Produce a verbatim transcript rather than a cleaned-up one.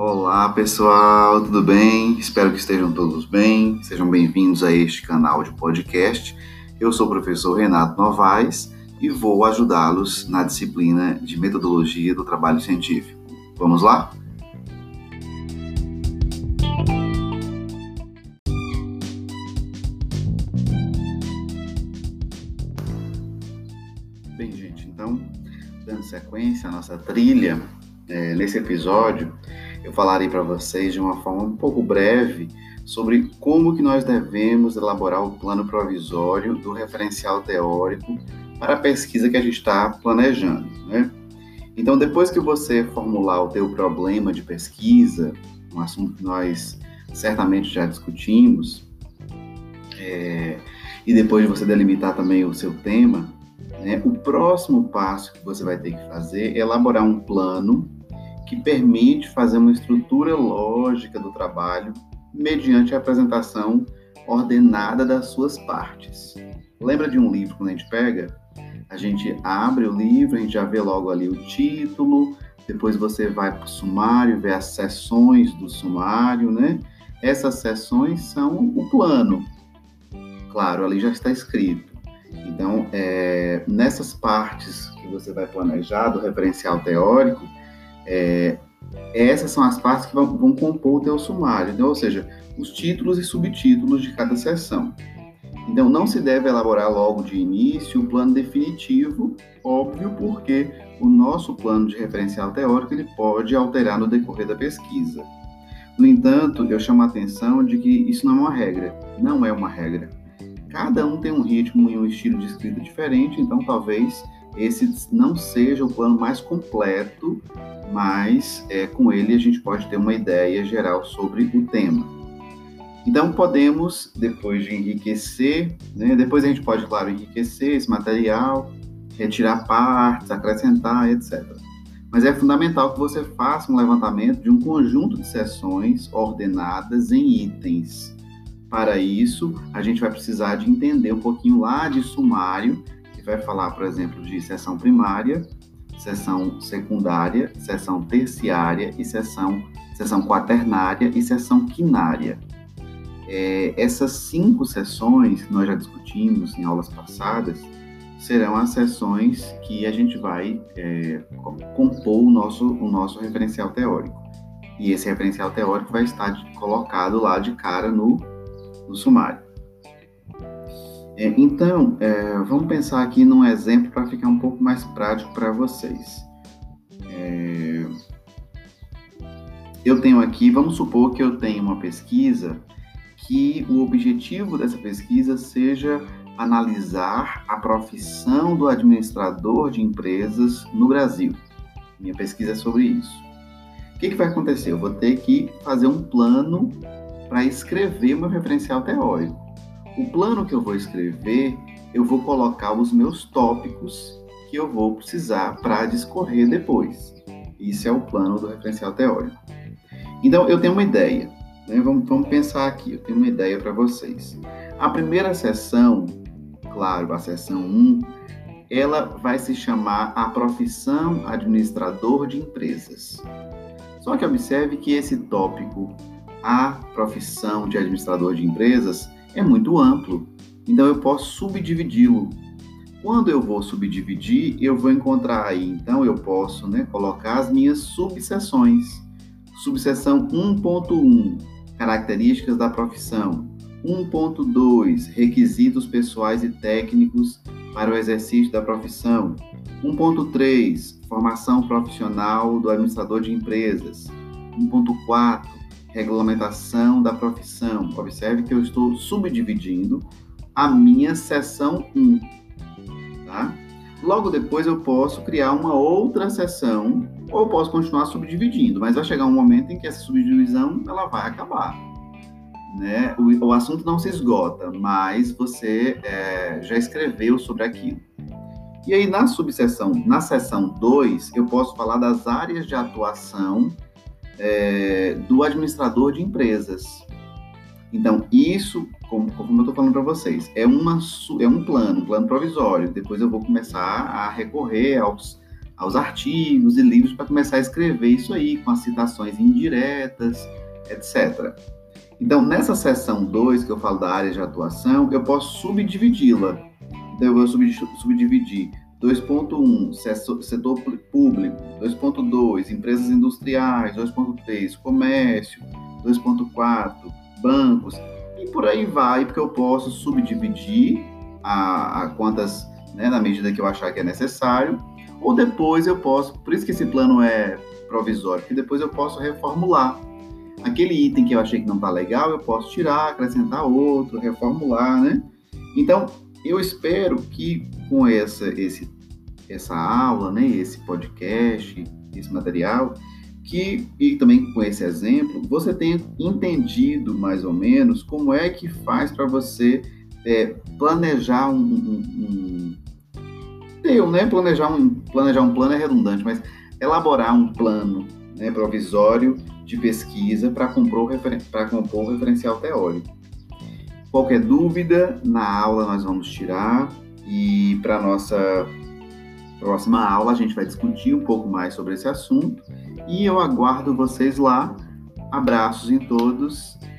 Olá pessoal, tudo bem? Espero que estejam todos bem, sejam bem-vindos a este canal de podcast. Eu sou o professor Renato Novaes e vou ajudá-los na disciplina de Metodologia do Trabalho Científico. Vamos lá? Bem, gente, então, dando sequência à nossa trilha, é, nesse episódio, eu falarei para vocês de uma forma um pouco breve sobre como que nós devemos elaborar o plano provisório do referencial teórico para a pesquisa que a gente está planejando, né? Então, depois que você formular o teu problema de pesquisa, um assunto que nós certamente já discutimos, é, e depois de você delimitar também o seu tema, né, o próximo passo que você vai ter que fazer é elaborar um plano que permite fazer uma estrutura lógica do trabalho mediante a apresentação ordenada das suas partes. Lembra de um livro, quando a gente pega? A gente abre o livro, a gente já vê logo ali o título, depois você vai para o sumário, vê as seções do sumário, né? Essas seções são o plano. Claro, ali já está escrito. Então, é, nessas partes que você vai planejar do referencial teórico, É, essas são as partes que vão, vão compor o teu sumário, então, ou seja, os títulos e subtítulos de cada seção. Então, não se deve elaborar logo de início o plano definitivo, óbvio, porque o nosso plano de referencial teórico ele pode alterar no decorrer da pesquisa. No entanto, eu chamo a atenção de que isso não é uma regra, não é uma regra. Cada um tem um ritmo e um estilo de escrita diferente, então talvez esse não seja o plano mais completo, mas é, com ele a gente pode ter uma ideia geral sobre o tema. Então podemos, depois de enriquecer, né, depois a gente pode, claro, enriquecer esse material, retirar partes, acrescentar, etcétera. Mas é fundamental que você faça um levantamento de um conjunto de seções ordenadas em itens. Para isso, a gente vai precisar de entender um pouquinho lá de sumário, que vai falar, por exemplo, de seção primária, seção secundária, seção terciária e seção, seção quaternária e seção quinária. É, essas cinco seções que nós já discutimos em aulas passadas serão as seções que a gente vai é, compor o nosso, o nosso referencial teórico. E esse referencial teórico vai estar de, colocado lá de cara no, no sumário. É, então, é, vamos pensar aqui num exemplo para ficar um pouco mais prático para vocês. É, eu tenho aqui, vamos supor que eu tenho uma pesquisa que o objetivo dessa pesquisa seja analisar a profissão do administrador de empresas no Brasil. Minha pesquisa é sobre isso. O que, que vai acontecer? Eu vou ter que fazer um plano para escrever meu referencial teórico. O plano que eu vou escrever, eu vou colocar os meus tópicos que eu vou precisar para discorrer depois. Isso é o plano do referencial teórico. Então, eu tenho uma ideia, né? Vamos, vamos pensar aqui, eu tenho uma ideia para vocês. A primeira seção, claro, a seção um, ela vai se chamar a profissão administrador de empresas. Só que observe que esse tópico, a profissão de administrador de empresas, é muito amplo, então eu posso subdividi-lo. Quando eu vou subdividir, eu vou encontrar aí, então eu posso, né, colocar as minhas subseções. Subseção um ponto um, características da profissão. um ponto dois, requisitos pessoais e técnicos para o exercício da profissão. um ponto três, formação profissional do administrador de empresas. um ponto quatro, regulamentação da profissão. Observe que eu estou subdividindo a minha seção um, tá? Logo depois eu posso criar uma outra seção, ou eu posso continuar subdividindo, mas vai chegar um momento em que essa subdivisão ela vai acabar, né? O, o assunto não se esgota, mas você é, já escreveu sobre aquilo. E aí na subseção, na seção dois, eu posso falar das áreas de atuação É, do administrador de empresas. Então, isso, como, como eu estou falando para vocês, é, uma, é um plano, um plano provisório. Depois eu vou começar a recorrer aos, aos artigos e livros para começar a escrever isso aí, com as citações indiretas, etcétera. Então, nessa seção dois, que eu falo da área de atuação, eu posso subdividi-la. Então, eu vou subdividir dois ponto um, setor público, dois ponto dois, empresas industriais, dois ponto três, comércio, dois ponto quatro, bancos, e por aí vai, porque eu posso subdividir a, a quantas, né, na medida que eu achar que é necessário, ou depois eu posso, por isso que esse plano é provisório, porque depois eu posso reformular. Aquele item que eu achei que não está legal, eu posso tirar, acrescentar outro, reformular, né? Então, eu espero que com essa, esse, essa aula, né, esse podcast, esse material, que, e também com esse exemplo, você tenha entendido mais ou menos como é que faz para você é, planejar um, um, um, um né? planejar, um, planejar um plano é redundante, mas elaborar um plano, né, provisório de pesquisa para compor, para compor o referencial teórico. Qualquer dúvida, na aula nós vamos tirar, e para a nossa próxima aula a gente vai discutir um pouco mais sobre esse assunto, e eu aguardo vocês lá. Abraços em todos